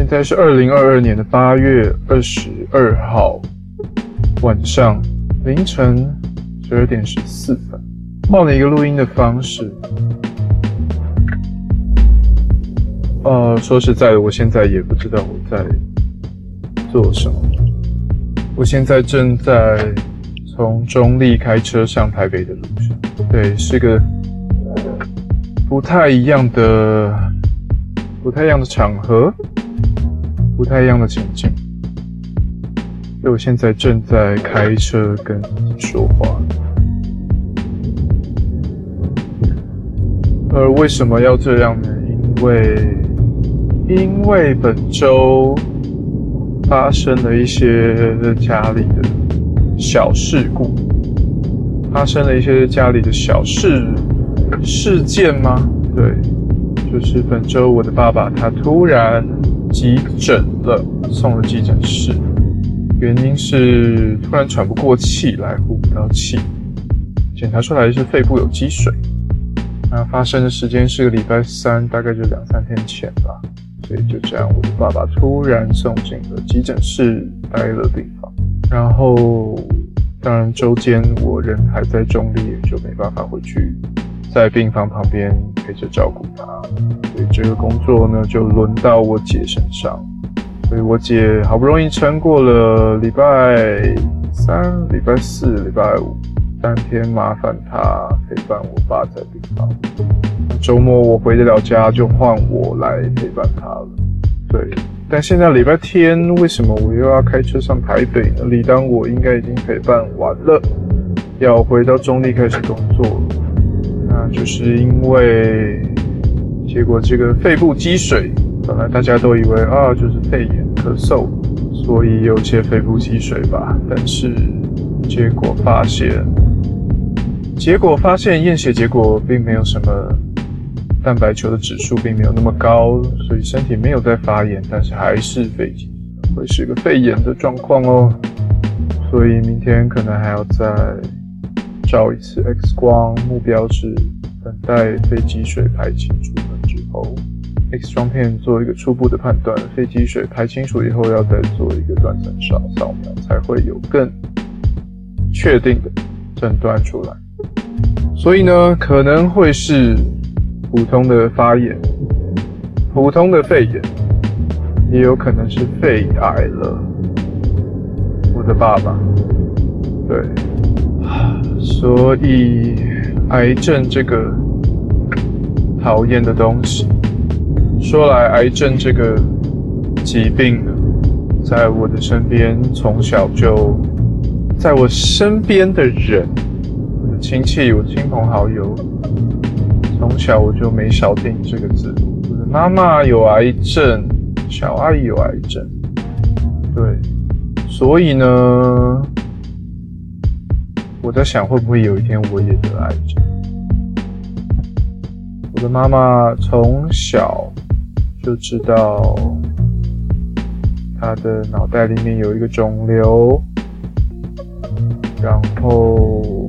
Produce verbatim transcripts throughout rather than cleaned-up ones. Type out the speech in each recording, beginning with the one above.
现在是二零二二年的八月二十二号晚上凌晨十二点十四分，换了一个录音的方式。呃，说实在的，我现在也不知道我在做什么。我现在正在从中立开车上台北的路上，对，是个不太一样的、不太一样的场合，不太一样的情境。所以我现在正在开车跟你说话。而为什么要这样呢？因为，因为本周发生了一些家里的小事故，发生了一些家里的小事事件吗？对，就是本周我的爸爸他突然急诊了，送了急诊室，原因是突然喘不过气来，呼不到气，检查出来是肺部有积水。那发生的时间是个礼拜三，大概就两三天前吧。所以就这样，我的爸爸突然送进了急诊室，待了病房。然后，当然周间我人还在中立，也就没办法回去在病房旁边陪着照顾他。所以这个工作呢，就轮到我姐身上。所以我姐好不容易撑过了礼拜三、礼拜四、礼拜五三天，麻烦她陪伴我爸在病房。周末我回得了家，就换我来陪伴他了。对，但现在礼拜天，为什么我又要开车上台北呢？理当我应该已经陪伴完了，要回到中立开始工作了。那就是因为，结果这个肺部积水，本来大家都以为啊就是肺炎咳嗽，所以有些肺部积水吧。但是结果发现，结果发现验血结果并没有什么。蛋白球的指数并没有那么高，所以身体没有在发炎，但是还是肺疾，会是个肺炎的状况哦。所以明天可能还要再照一次 X 光，目标是等待肺积水排清楚了之后 ，X 光片做一个初步的判断，肺积水排清楚以后，要再做一个断层扫扫描，才会有更确定的诊断出来。所以呢，可能会是普通的发炎，普通的肺炎，也有可能是肺癌了。我的爸爸，对，所以癌症这个讨厌的东西，说来癌症这个疾病呢，在我的身边从小就，在我身边的人，我的亲戚，我亲朋好友。从小我就没少听这个字，我的妈妈有癌症，小阿姨有癌症，对，所以呢，我在想会不会有一天我也得癌症。我的妈妈从小就知道她的脑袋里面有一个肿瘤，然后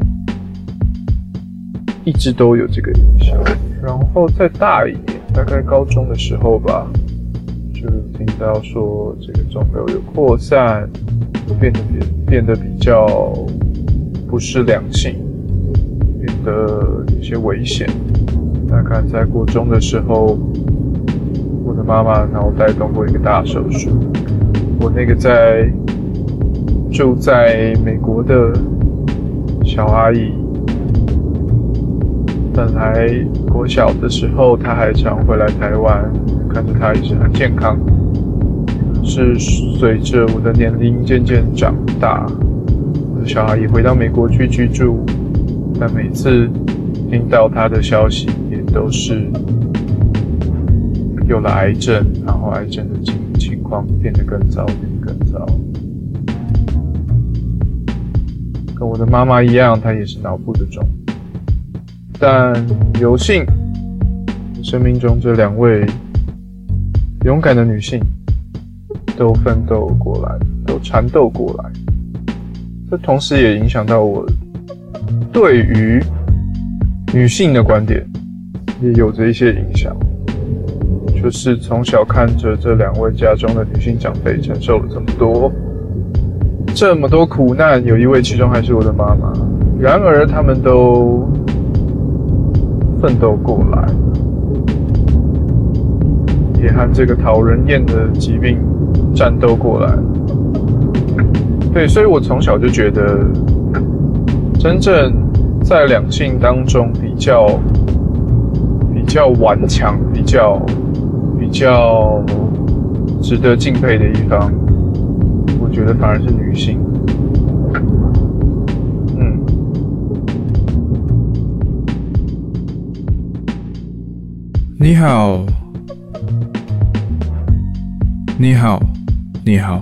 一直都有这个影响，然后再大一点，大概高中的时候吧，就听到说这个肿瘤有扩散，变得变得比较不是良性，变得有些危险。大概在国中的时候，我的妈妈脑袋动过一个大手术，我那个在住在美国的小阿姨。本来国小的时候，他还常回来台湾，看着他也是很健康。是随着我的年龄渐渐长大，我的小阿姨回到美国去居住，但每次听到他的消息，也都是有了癌症，然后癌症的情情况变得更糟，变得更糟。跟我的妈妈一样，她也是脑部的肿瘤。但有幸，生命中这两位勇敢的女性都奋斗过来，都缠斗过来。这同时也影响到我对于女性的观点，也有着一些影响。就就是从小看着这两位家中的女性长辈承受了这么多这么多苦难，有一位其中还是我的妈妈。然而他们都奋斗过来，也和这个讨人厌的疾病战斗过来。对，所以我从小就觉得，真正在两性当中比较比较顽强、比较比较值得敬佩的一方，我觉得反而是女性。嗯， 你好，你好，你好。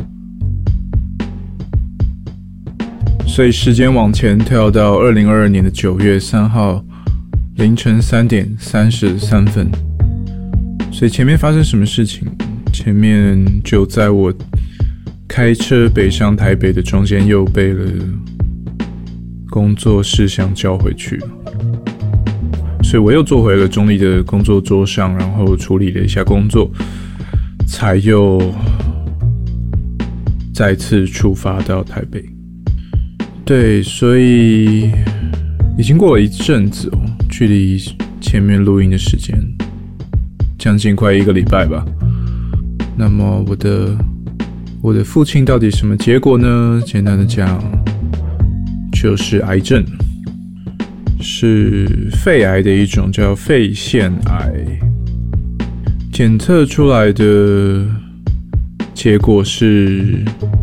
所以时间往前跳到二零二二年的九月三号凌晨三点三十三分。所以前面发生什么事情？前面就在我开车北上台北的中间，又被了工作事项叫回去了。所以我又坐回了中立的工作桌上，然后处理了一下工作，才又再次出发到台北。对，所以已经过了一阵子哦，距离前面录音的时间将近快一个礼拜吧。那么我的我的父亲到底什么结果呢？简单的讲，就是癌症，是肺癌的一种，叫肺腺癌。检测出来的结果是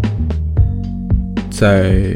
在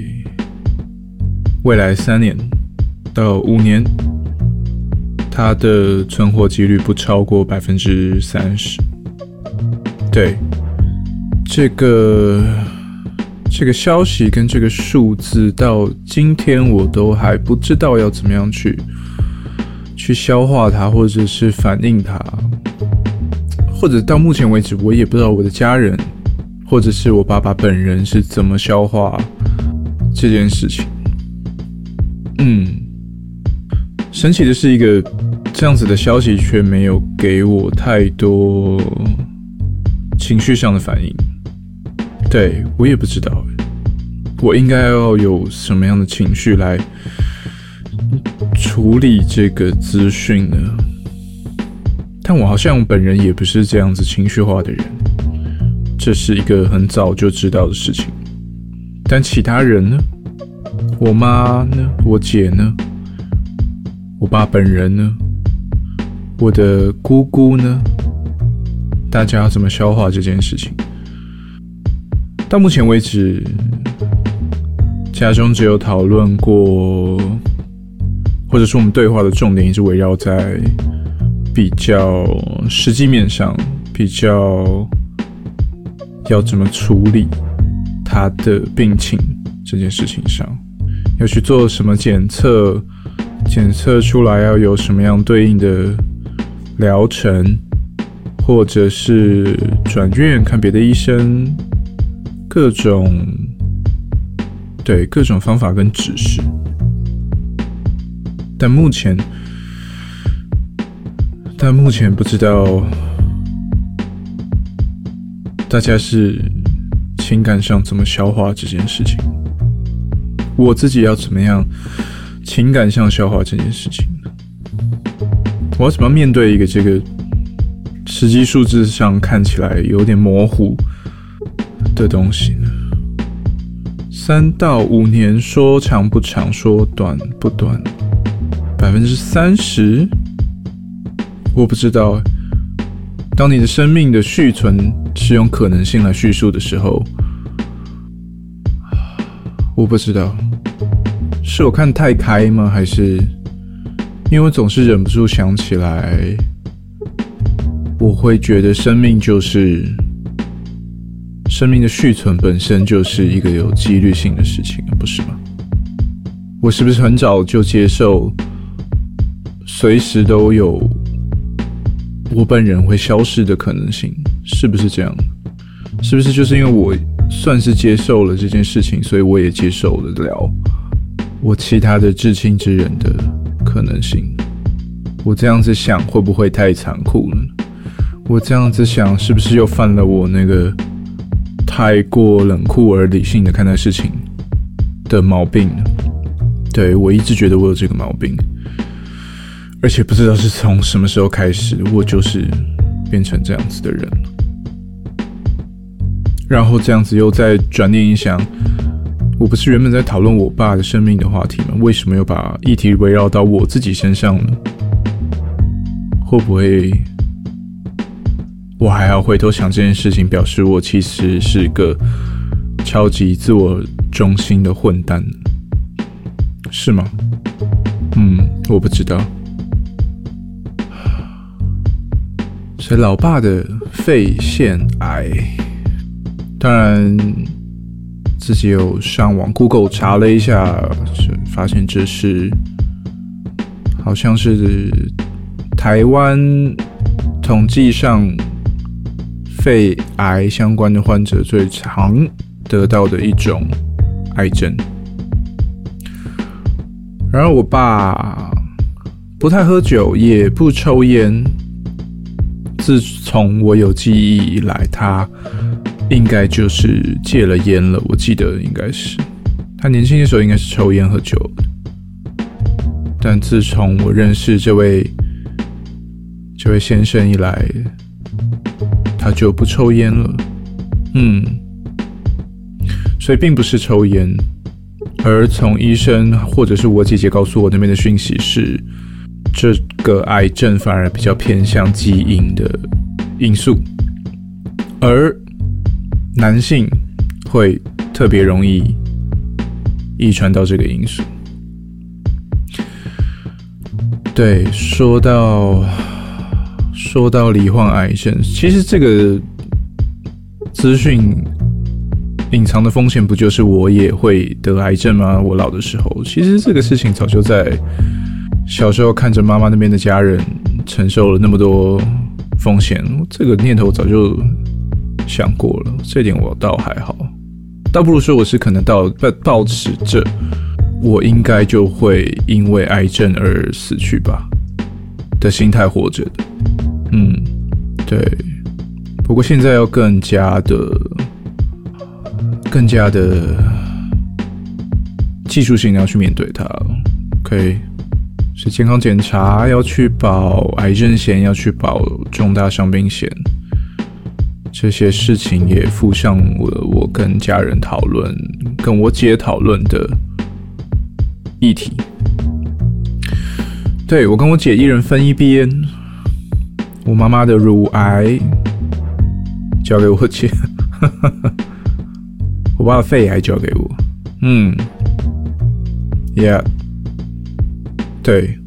未来三年到五年，它的存活几率不超过百分之三十。对，这个这个消息跟这个数字到今天我都还不知道要怎么样去去消化它，或者是反应它，或者到目前为止我也不知道我的家人或者是我爸爸本人是怎么消化这件事情。嗯，神奇的是，一个这样子的消息却没有给我太多情绪上的反应。对，我也不知道我应该要有什么样的情绪来处理这个资讯呢？但我好像本人也不是这样子情绪化的人，这是一个很早就知道的事情。但其他人呢？我妈呢？我姐呢？我爸本人呢？我的姑姑呢？大家要怎么消化这件事情？到目前为止，家中只有讨论过，或者说我们对话的重点一直围绕在比较实际面上，比较要怎么处理他的病情这件事情上，要去做什么检测，检测出来要有什么样对应的疗程，或者是转院看别的医生，各种对各种方法跟指示。但目前但目前不知道大家是情感上怎么消化这件事情，我自己要怎么样情感上消化这件事情呢？我要怎么面对一个这个实际数字上看起来有点模糊的东西呢？三到五年，说长不长，说短不短，百分之三十，我不知道。当你的生命的续存是用可能性来叙述的时候，我不知道是我看太开吗？还是因为我总是忍不住想起来，我会觉得生命就是生命的续存本身就是一个有几率性的事情，不是吗？我是不是很早就接受随时都有我本人会消失的可能性？是不是这样？是不是就是因为我算是接受了这件事情，所以我也接受了了我其他的至亲之人的可能性？我这样子想会不会太残酷了呢？ 我这样子想，是不是又犯了我那个太过冷酷而理性的看待事情的毛病呢？对，我一直觉得我有这个毛病，而且不知道是从什么时候开始，我就是变成这样子的人。然后这样子又再转念一想，我不是原本在讨论我爸的生命的话题吗？为什么又把议题围绕到我自己身上呢？会不会我还要回头想这件事情，表示我其实是个超级自我中心的混蛋，是吗？嗯，我不知道。所以老爸的肺腺癌，当然自己有上网 Google 查了一下，发现这是好像是台湾统计上肺癌相关的患者最常得到的一种癌症。然而我爸不太喝酒，也不抽烟，自从我有记忆以来，他应该就是戒了烟了，我记得应该是他年轻的时候应该是抽烟喝酒的，但自从我认识这位这位先生以来，他就不抽烟了。嗯，所以并不是抽烟，而从医生或者是我姐姐告诉我那边的讯息是，这个癌症反而比较偏向基因的因素，而男性会特别容易遗传到这个因素。对，说到说到罹患癌症，其实这个资讯隐藏的风险不就是我也会得癌症吗？我老的时候，其实这个事情早就在小时候看着妈妈那边的家人承受了那么多风险，这个念头早就想过了，这点我倒还好，倒不如说我是可能到抱持着我应该就会因为癌症而死去吧的心态活着的。嗯，对。不过现在要更加的、更加的技术性要去面对它。OK， 是健康检查，要去保癌症险，要去保重大伤病险。这些事情也附上了我跟家人讨论、跟我姐讨论的议题。对，我跟我姐一人分一边，我妈妈的乳癌交给我姐，我爸的肺癌交给我。嗯 ，Yeah， 对，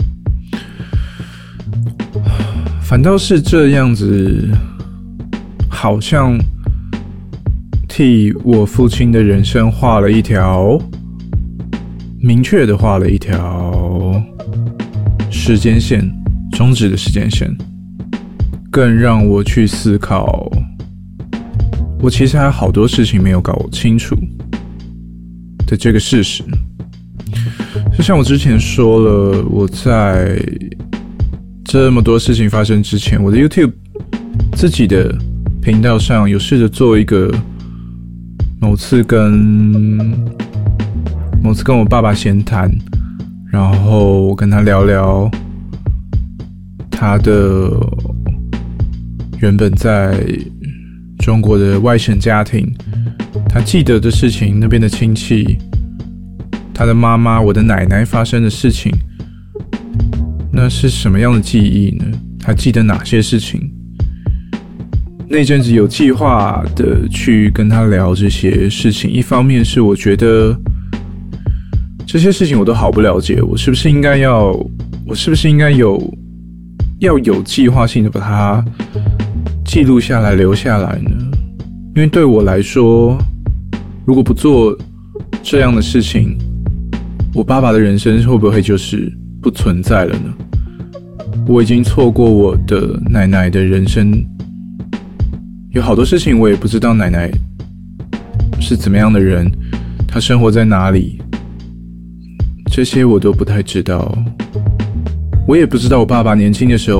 反倒是这样子。好像替我父亲的人生画了一条明确的画了一条时间线，终止的时间线，更让我去思考，我其实还有好多事情没有搞清楚的这个事实。就像我之前说了，我在这么多事情发生之前，我的 YouTube 自己的频道上有试着做一个某次跟某次跟我爸爸闲谈，然后我跟他聊聊他的原本在中国的外省家庭，他记得的事情，那边的亲戚，他的妈妈，我的奶奶发生的事情，那是什么样的记忆呢？他记得哪些事情？那阵子有计划的去跟他聊这些事情，一方面是我觉得这些事情我都好不了解，我是不是应该要，我是不是应该有要有计划性的把它记录下来留下来呢？因为对我来说，如果不做这样的事情，我爸爸的人生会不会就是不存在了呢？我已经错过我的奶奶的人生，有好多事情我也不知道奶奶是怎么样的人，她生活在哪里，这些我都不太知道。我也不知道我爸爸年轻的时候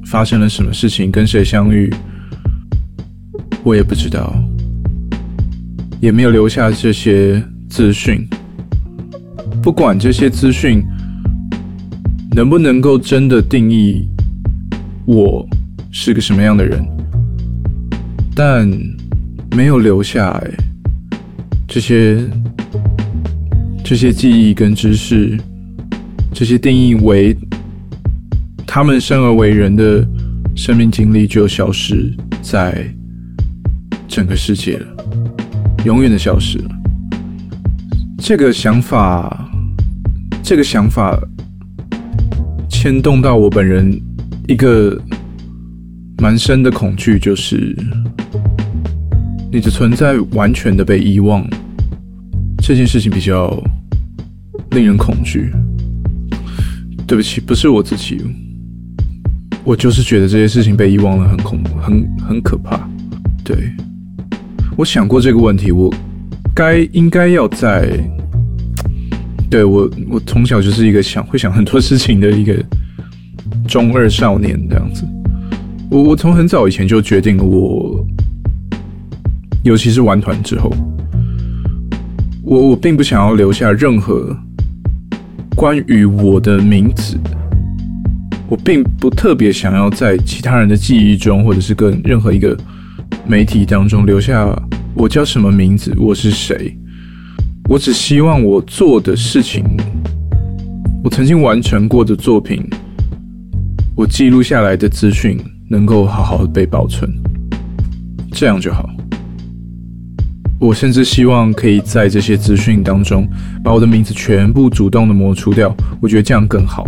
发生了什么事情，跟谁相遇，我也不知道，也没有留下这些资讯。不管这些资讯能不能够真的定义我是个什么样的人，但没有留下欸这些这些记忆跟知识，这些定义为他们生而为人的生命经历就消失在整个世界了，永远的消失了。这个想法，这个想法牵动到我本人一个蛮深的恐惧，就是你的存在完全的被遗忘，这件事情比较令人恐惧。对不起，不是我自己，我就是觉得这些事情被遗忘了很恐很很可怕。对，我想过这个问题，我该应该要在，对，我我从小就是一个想会想很多事情的一个中二少年这样子。我我从很早以前就决定了我，尤其是玩团之后，我我并不想要留下任何关于我的名字，我并不特别想要在其他人的记忆中，或者是跟任何一个媒体当中留下我叫什么名字，我是谁。我只希望我做的事情，我曾经完成过的作品，我记录下来的资讯能够好好的被保存，这样就好。我甚至希望可以在这些资讯当中把我的名字全部主动的抹除掉，我觉得这样更好。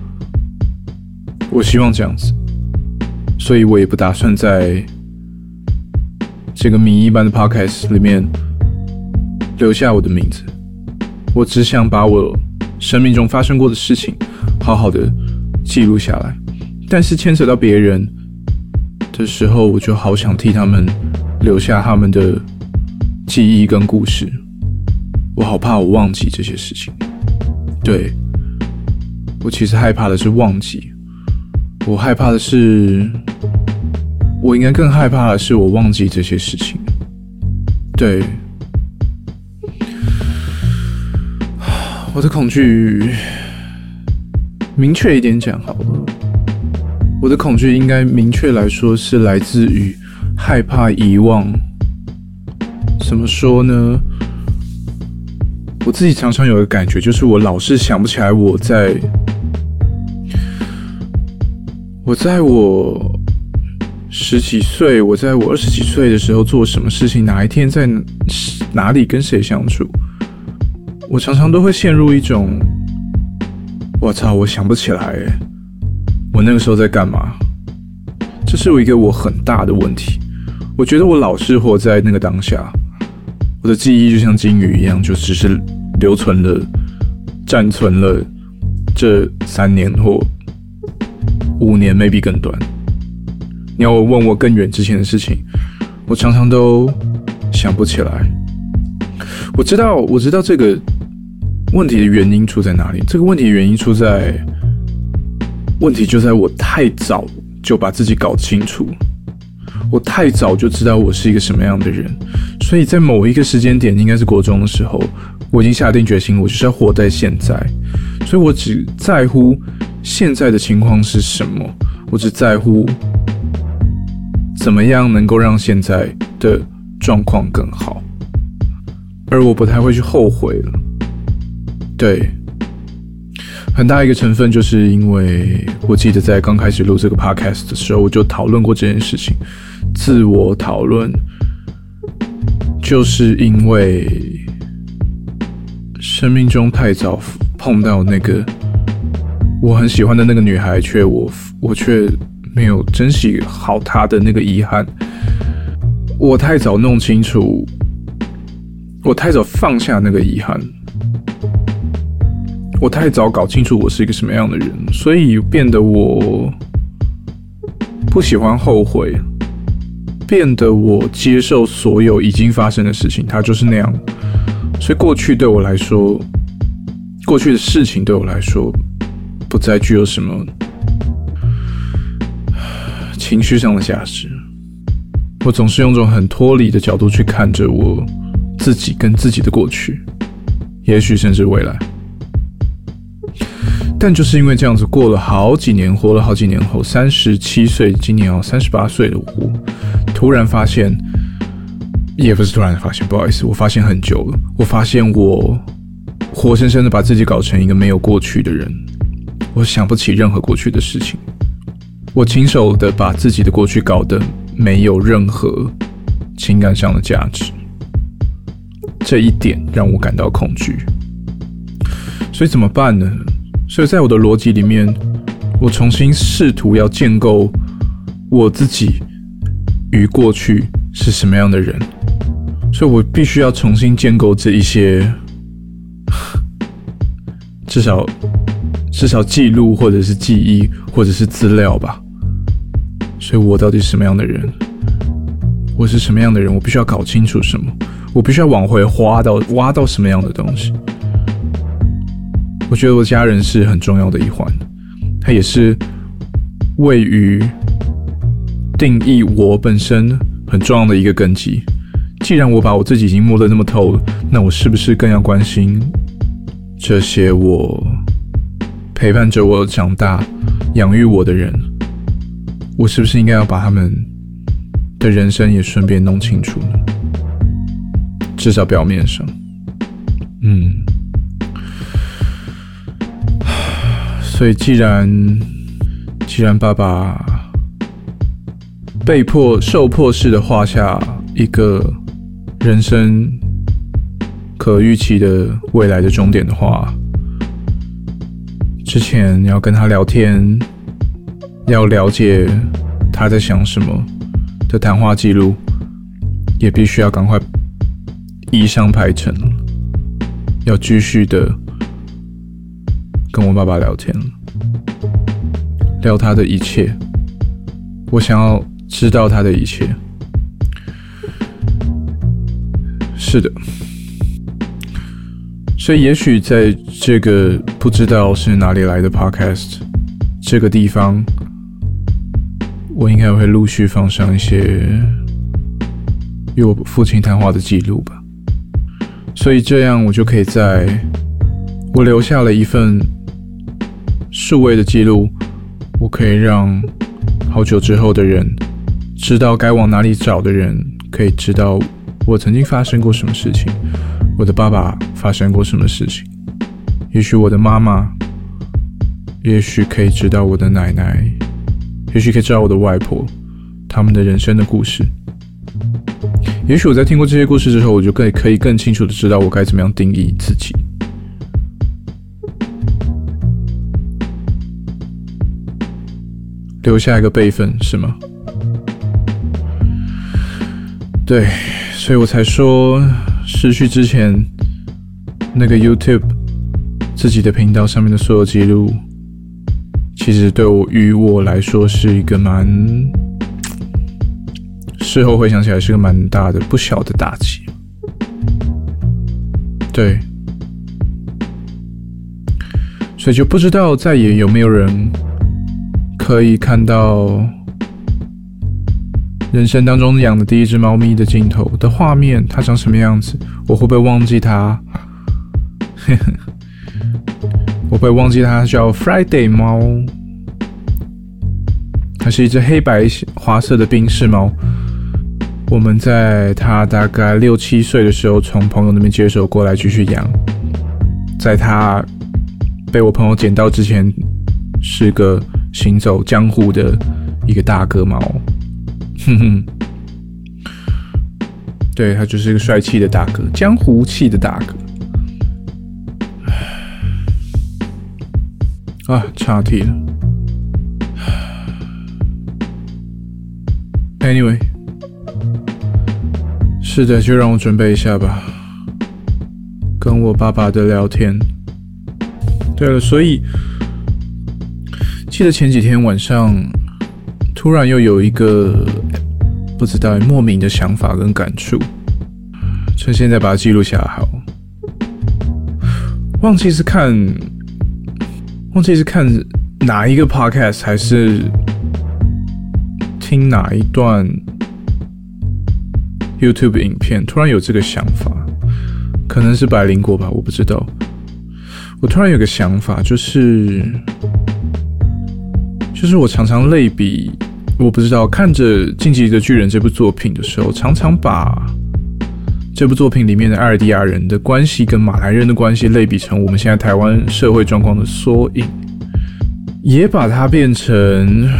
我希望这样子，所以我也不打算在这个谜一般的 podcast 里面留下我的名字。我只想把我生命中发生过的事情好好的记录下来，但是牵扯到别人的时候，我就好想替他们留下他们的记忆跟故事。我好怕我忘记这些事情。对，我其实害怕的是忘记，我害怕的是，我应该更害怕的是我忘记这些事情。对，我的恐惧，明确一点讲好了，我的恐惧应该明确来说是来自于害怕遗忘。怎么说呢？我自己常常有个感觉，就是我老是想不起来我在我在我十几岁，我在我二十几岁的时候做什么事情，哪一天在哪里跟谁相处。我常常都会陷入一种，我操，我想不起来耶，我那个时候在干嘛？这是我一个我很大的问题。我觉得我老是活在那个当下，我的记忆就像金鱼一样，就只是留存了、暂存了这三年或五年 ，maybe 更短。你要我问我更远之前的事情，我常常都想不起来。我知道，我知道这个问题的原因出在哪里。这个问题的原因出在，问题就在我太早就把自己搞清楚，我太早就知道我是一个什么样的人，所以在某一个时间点，应该是国中的时候，我已经下定决心，我就是要活在现在。所以我只在乎现在的情况是什么，我只在乎怎么样能够让现在的状况更好，而我不太会去后悔了。对，很大一个成分就是因为我记得在刚开始录这个 podcast 的时候，我就讨论过这件事情，自我讨论，就是因为生命中太早碰到那个我很喜欢的那个女孩，却我我却没有珍惜好她的那个遗憾。我太早弄清楚，我太早放下那个遗憾，我太早搞清楚我是一个什么样的人，所以变得我不喜欢后悔，变得我接受所有已经发生的事情，它就是那样。所以过去对我来说，过去的事情对我来说不再具有什么情绪上的价值。我总是用这种很脱离的角度去看着我自己跟自己的过去，也许甚至未来。但就是因为这样子，过了好几年，活了好几年后，三十七岁，今年要三十八岁的我，突然发现，也不是突然发现，不好意思，我发现很久了。我发现我活生生的把自己搞成一个没有过去的人，我想不起任何过去的事情，我亲手的把自己的过去搞得没有任何情感上的价值，这一点让我感到恐惧。所以怎么办呢？所以在我的逻辑里面，我重新试图要建构我自己与过去是什么样的人，所以我必须要重新建构这一些至少至少记录或者是记忆或者是资料吧。所以我到底是什么样的人？我是什么样的人？我必须要搞清楚什么？我必须要往回挖到挖到什么样的东西？我觉得我家人是很重要的一环，它也是位于定义我本身很重要的一个根基。既然我把我自己已经摸得那么透了，那我是不是更要关心这些我陪伴着我长大、养育我的人？我是不是应该要把他们的人生也顺便弄清楚呢？至少表面上，嗯。所以既然既然爸爸被迫受迫式的画下一个人生可预期的未来的终点的话，之前要跟他聊天，要了解他在想什么的谈话记录，也必须要赶快移上排程，要继续的跟我爸爸聊天，聊他的一切，我想要知道他的一切。是的，所以也许在这个不知道是哪里来的 podcast 这个地方，我应该会陆续放上一些与我父亲谈话的记录吧。所以这样我就可以在我留下了一份数位的记录，我可以让好久之后的人知道该往哪里找的人可以知道我曾经发生过什么事情，我的爸爸发生过什么事情，也许我的妈妈，也许可以知道我的奶奶，也许可以知道我的外婆，他们的人生的故事。也许我在听过这些故事之后，我就可以可以更清楚的知道我该怎么样定义自己。留下一个备份是吗？对，所以我才说失去之前那个 YouTube 自己的频道上面的所有记录，其实对我于我来说是一个蛮，事后回想起来是个蛮大的不小的打击。对，所以就不知道再也有没有人可以看到人生当中养的第一只猫咪的镜头的画面，它长什么样子？我会不会忘记它？我会忘记它叫 Friday 猫，它是一只黑白花色的宾士猫。我们在它大概六七岁的时候从朋友那边接手过来继续养，在它被我朋友捡到之前是个行走江湖的一个大哥猫。哼哼，对，他就是一个帅气的大哥，江湖气的大哥。啊，岔题了。Anyway， 是的，就让我准备一下吧，跟我爸爸的聊天。对了，所以记得前几天晚上突然又有一个不知道莫名的想法跟感触，趁现在把它记录下来好。忘记是看忘记是看哪一个 podcast 还是听哪一段 YouTube 影片，突然有这个想法，可能是百灵果吧，我不知道。我突然有个想法，就是就是我常常类比，我不知道看着《进击的巨人》这部作品的时候，常常把这部作品里面的艾尔迪亚人的关系跟马来人的关系类比成我们现在台湾社会状况的缩影，也把它变成，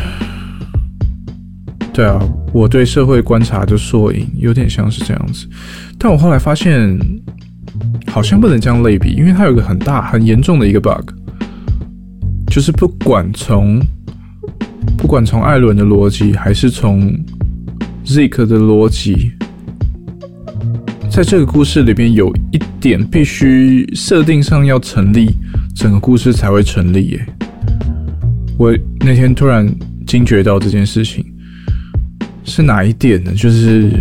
对啊，我对社会观察的缩影，有点像是这样子。但我后来发现，好像不能这样类比，因为它有一个很大、很严重的一个 bug， 就是不管从不管从艾伦的逻辑，还是从 Zeke 的逻辑。在这个故事里边有一点必须设定上要成立，整个故事才会成立耶。我那天突然惊觉到这件事情是哪一点呢？就是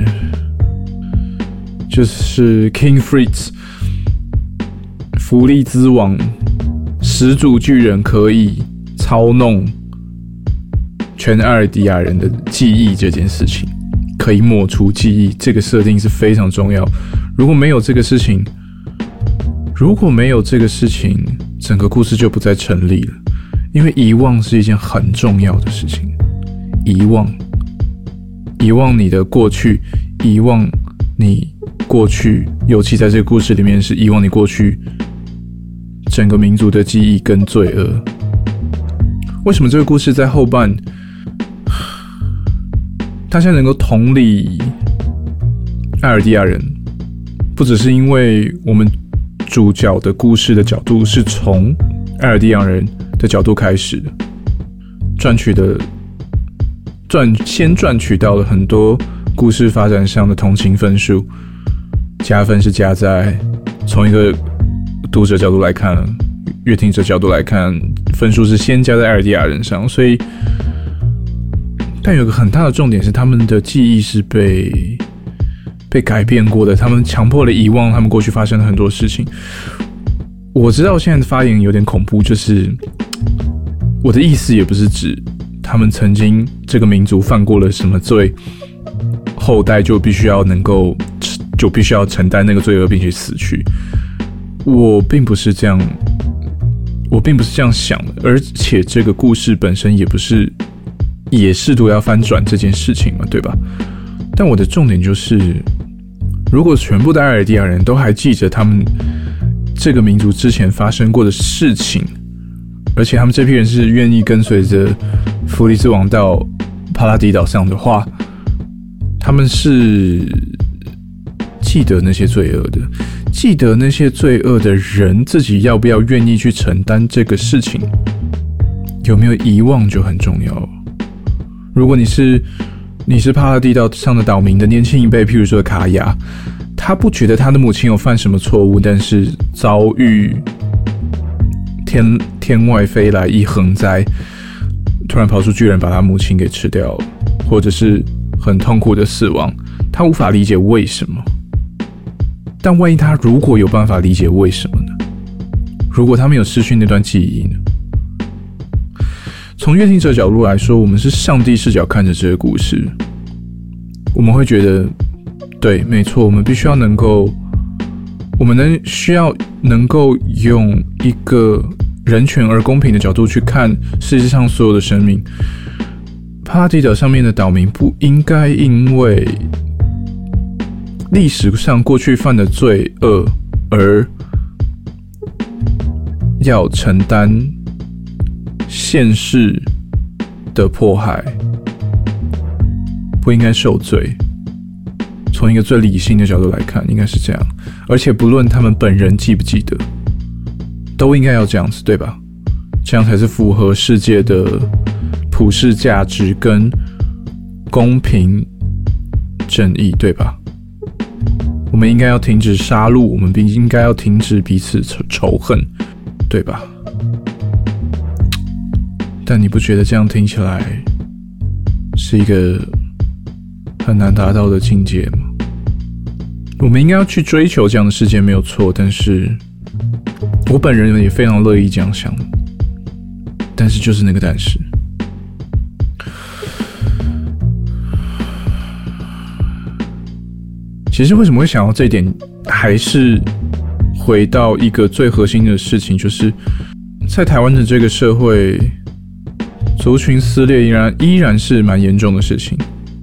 就是 King Fritz 弗利兹王始祖巨人可以操弄全艾尔迪亚人的记忆这件事情。可以抹除记忆，这个设定是非常重要。如果没有这个事情，如果没有这个事情，整个故事就不再成立了。因为遗忘是一件很重要的事情，遗忘，遗忘你的过去，遗忘你过去，尤其在这个故事里面是遗忘你过去整个民族的记忆跟罪恶。为什么这个故事在后半？大家能够同理艾尔迪亚人，不只是因为我们主角的故事的角度是从艾尔迪亚人的角度开始的，赚取的赚先赚取到了很多故事发展上的同情分数，加分是加在从一个读者角度来看，阅听者角度来看，分数是先加在艾尔迪亚人上，所以。但有个很大的重点是，他们的记忆是被被改变过的，他们强迫了遗忘他们过去发生的很多事情。我知道现在的发言有点恐怖，就是我的意思也不是指他们曾经这个民族犯过了什么罪，后代就必须要能够就必须要承担那个罪恶并且死去。我并不是这样，我并不是这样想的，而且这个故事本身也不是。也试图要翻转这件事情嘛，对吧？但我的重点就是，如果全部的艾尔迪亚人都还记着他们这个民族之前发生过的事情，而且他们这批人是愿意跟随着弗利兹王到帕拉迪岛上的话，他们是记得那些罪恶的，记得那些罪恶的人自己要不要愿意去承担这个事情，有没有遗忘就很重要。如果你是你是帕拉迪岛上的岛民的年轻一辈，譬如说卡亚，他不觉得他的母亲有犯什么错误，但是遭遇天天外飞来一横灾，突然跑出巨人把他母亲给吃掉了，或者是很痛苦的死亡，他无法理解为什么。但万一他如果有办法理解为什么呢？如果他没有失去那段记忆呢？从阅听者角度来说，我们是上帝视角看着这个故事，我们会觉得，对，没错，我们必须要能够，我们能需要能够用一个人权而公平的角度去看世界上所有的生命。帕拉迪岛上面的岛民不应该因为历史上过去犯的罪恶而要承担现世的迫害，不应该受罪。从一个最理性的角度来看，应该是这样。而且不论他们本人记不记得，都应该要这样子，对吧？这样才是符合世界的普世价值跟公平正义，对吧？我们应该要停止杀戮，我们应该要停止彼此仇恨，对吧？但你不觉得这样听起来是一个很难达到的境界吗？我们应该要去追求这样的世界没有错，但是我本人也非常乐意这样想，但是就是那个但是其实为什么会想到这一点，还是回到一个最核心的事情，就是在台湾的这个社会，族群撕裂依然依然是蛮严重的事情。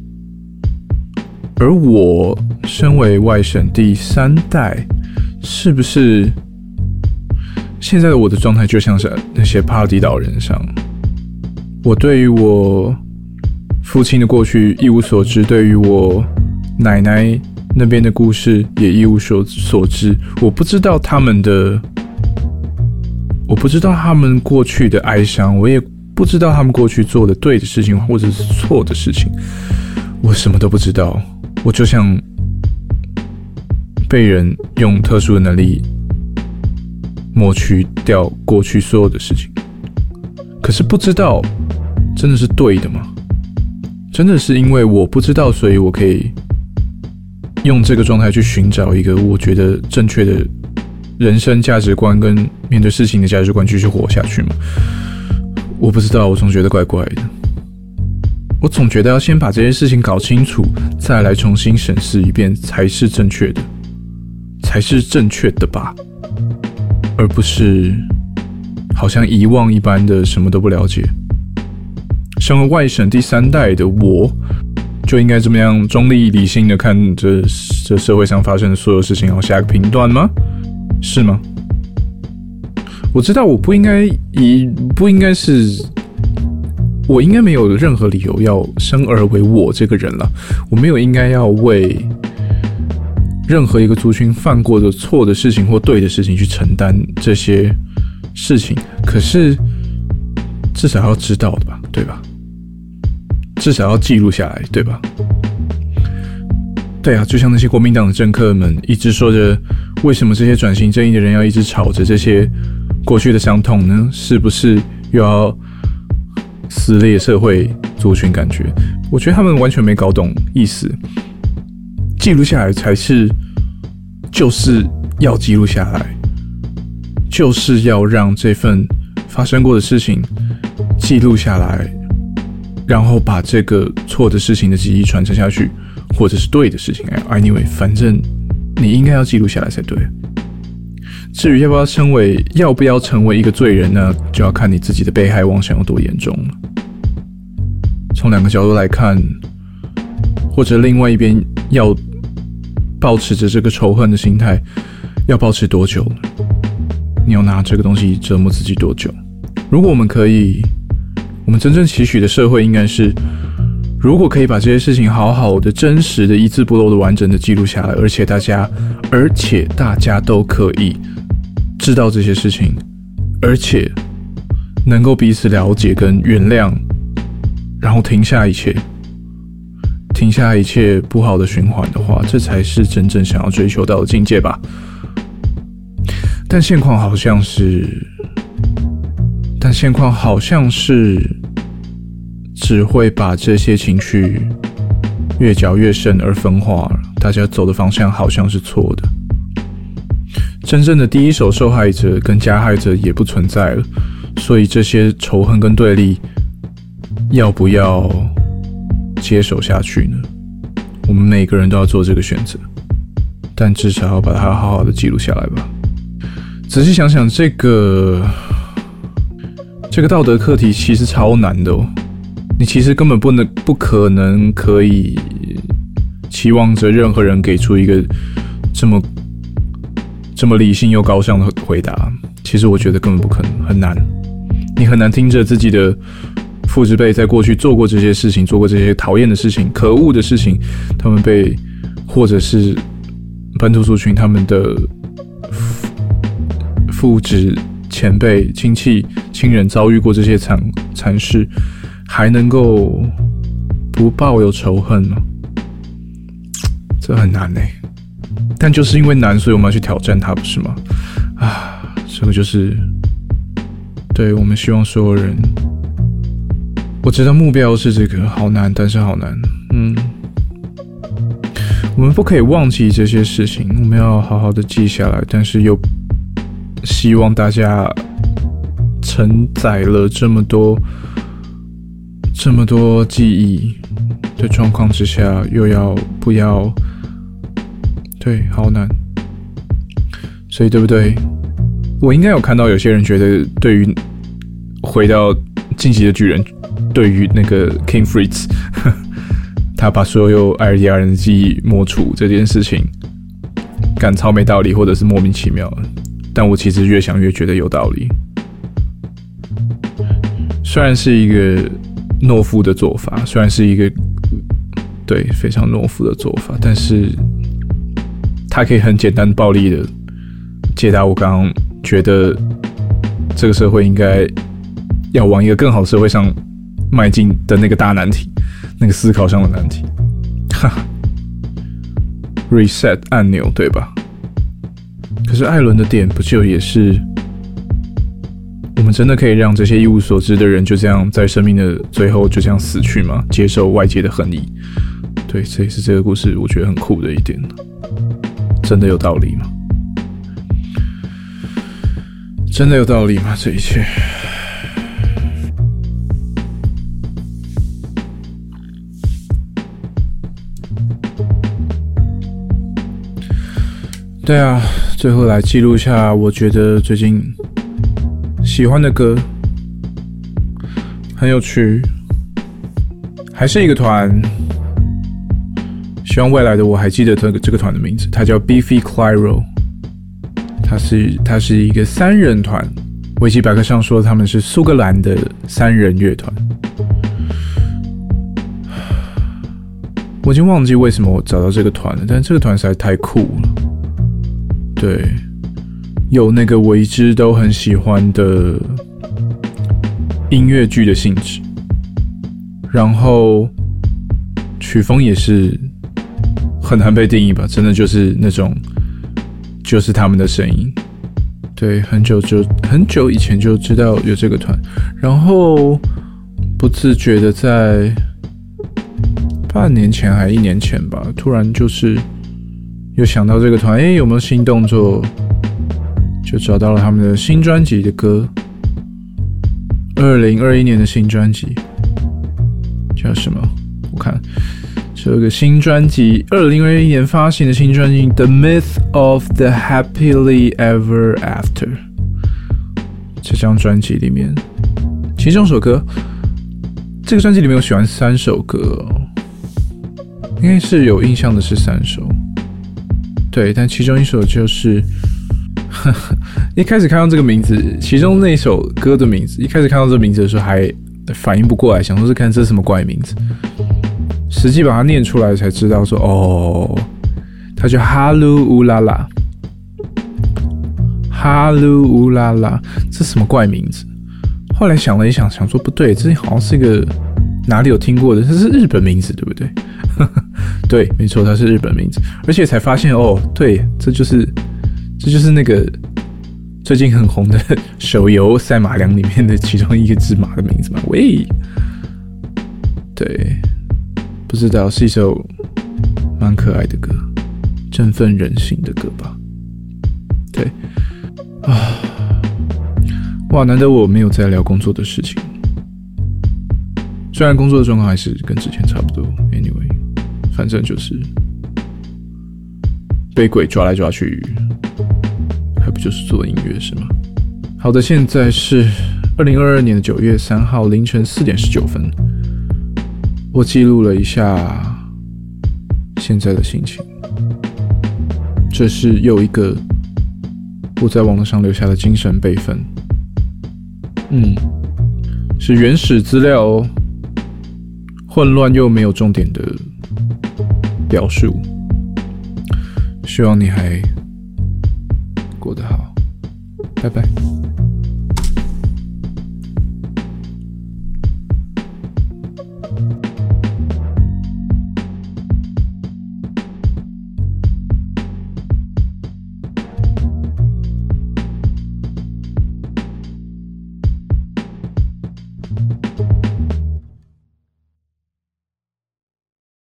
而我身为外省第三代，是不是现在的我的状态就像是那些帕地岛人上？我对于我父亲的过去一无所知，对于我奶奶那边的故事也一无所所知。我不知道他们的，我不知道他们过去的哀伤，我也不知道他们过去做的对的事情或者是错的事情，我什么都不知道。我就像被人用特殊的能力抹去掉过去所有的事情，可是不知道真的是对的吗？真的是因为我不知道，所以我可以用这个状态去寻找一个我觉得正确的人生价值观跟面对事情的价值观继续活下去吗？我不知道，我总觉得怪怪的。我总觉得要先把这些事情搞清楚，再来重新审视一遍才是正确的，才是正确的吧，而不是好像遗忘一般的什么都不了解。身为外省第三代的我，就应该这么样中立理性的看这这社会上发生的所有事情，然后下个评断吗？是吗？我知道我不应该以不应该是，我应该没有任何理由要生而为我这个人了，我没有应该要为任何一个族群犯过的错的事情或对的事情去承担这些事情，可是至少要知道的吧，对吧？至少要记录下来，对吧？对啊，就像那些国民党的政客们一直说着，为什么这些转型正义的人要一直吵着这些过去的伤痛呢？是不是又要撕裂社会族群感觉？我觉得他们完全没搞懂意思。记录下来才是，就是要记录下来，就是要让这份发生过的事情记录下来，然后把这个错的事情的记忆传承下去，或者是对的事情。Anyway， 反正你应该要记录下来才对。至于要不要成为要不要成为一个罪人呢，就要看你自己的被害妄想有多严重了。从两个角度来看，或者另外一边要抱持着这个仇恨的心态，要抱持多久呢？你要拿这个东西折磨自己多久？如果我们可以，我们真正期许的社会应该是，如果可以把这些事情好好的、真实的、一字不漏的、完整的记录下来，而且大家，而且大家都可以知道这些事情，而且能够彼此了解跟原谅，然后停下一切，停下一切不好的循环的话，这才是真正想要追求到的境界吧。但现况好像是，但现况好像是只会把这些情绪越搅越深而分化了，大家走的方向好像是错的。真正的第一手受害者跟加害者也不存在了，所以这些仇恨跟对立要不要接手下去呢？我们每个人都要做这个选择，但至少要把它好好的记录下来吧。仔细想想，这个这个道德课题其实超难的哦。你其实根本不能、不可能可以期望着任何人给出一个这么这么理性又高尚的回答。其实我觉得根本不可能，很难。你很难听着自己的父执辈在过去做过这些事情，做过这些讨厌的事情、可恶的事情，他们被或者是本土族群他们的父执前辈、亲戚、亲人遭遇过这些惨惨事，还能够不抱有仇恨吗？这很难欸。但就是因为难，所以我们要去挑战它，不是吗？啊，这个就是对我们希望所有人。我知道目标是这个，好难，但是好难。嗯，我们不可以忘记这些事情，我们要好好的记下来，但是又希望大家承载了这么多这么多记忆的状况之下，又要不要对，好难。所以对不对？我应该有看到有些人觉得，对于回到晋级的巨人，对于那个 King Fritz， 他把所有艾尔迪亚人的记忆抹除这件事情，干超没道理，或者是莫名其妙的。但我其实越想越觉得有道理。虽然是一个懦夫的做法，虽然是一个对非常懦夫的做法，但是他可以很简单暴力的解答我刚刚觉得这个社会应该要往一个更好的社会上迈进的那个大难题，那个思考上的难题。哈哈 ，reset 按钮对吧？可是艾伦的点不就也是，我们真的可以让这些一无所知的人就这样在生命的最后就这样死去吗？接受外界的恨意？对，这也是这个故事我觉得很酷的一点。真的有道理吗？真的有道理吗？这一切？对啊，最后来记录一下我觉得最近喜欢的歌，很有趣，还是一个团，希望未来的我还记得这个这个团的名字，它叫 Biffy Clyro， 它是它是一个三人团，维基百科上说他们是苏格兰的三人乐团。我已经忘记为什么我找到这个团了，但这个团实在太酷了。对，有那个我一直都很喜欢的音乐剧的性质，然后曲风也是很难被定义吧，真的就是那种就是他们的声音。对，很久就很久以前就知道有这个团，然后不自觉的在半年前还一年前吧，突然就是有想到这个团，哎，有没有新动作？就找到了他们的新专辑的歌，二零二一年的新专辑叫什么？我看这个新专辑，二零二一年发行的新专辑《The Myth of the Happily Ever After》。这张专辑里面，其中一首歌，这个专辑里面我喜欢三首歌哦，应该是有印象的是三首。对，但其中一首就是呵呵一开始看到这个名字，其中那首歌的名字，一开始看到这个名字的时候还反应不过来，想说是看这是什么怪名字，实际把它念出来才知道说哦，它叫哈噜乌拉拉，哈噜乌拉拉，这是什么怪名字？后来想了一想，想说不对，这好像是一个哪里有听过的，这是日本名字，对不对？对，没错，它是日本名字，而且才发现哦，对，这就是这就是那个最近很红的手游《赛马娘》里面的其中一个只马的名字嘛。喂，对，不知道是一首蛮可爱的歌，振奋人心的歌吧。对啊，哇，难得我没有在聊工作的事情，虽然工作的状况还是跟之前差不多 ，anyway。反正就是被鬼抓来抓去，还不就是做音乐是吗？好的，现在是二零二二年的九月三号凌晨四点十九分，我记录了一下现在的心情。这是又一个我在网络上留下的精神备份，嗯，是原始资料哦，混乱又没有重点的表述，希望你还过得好，拜拜。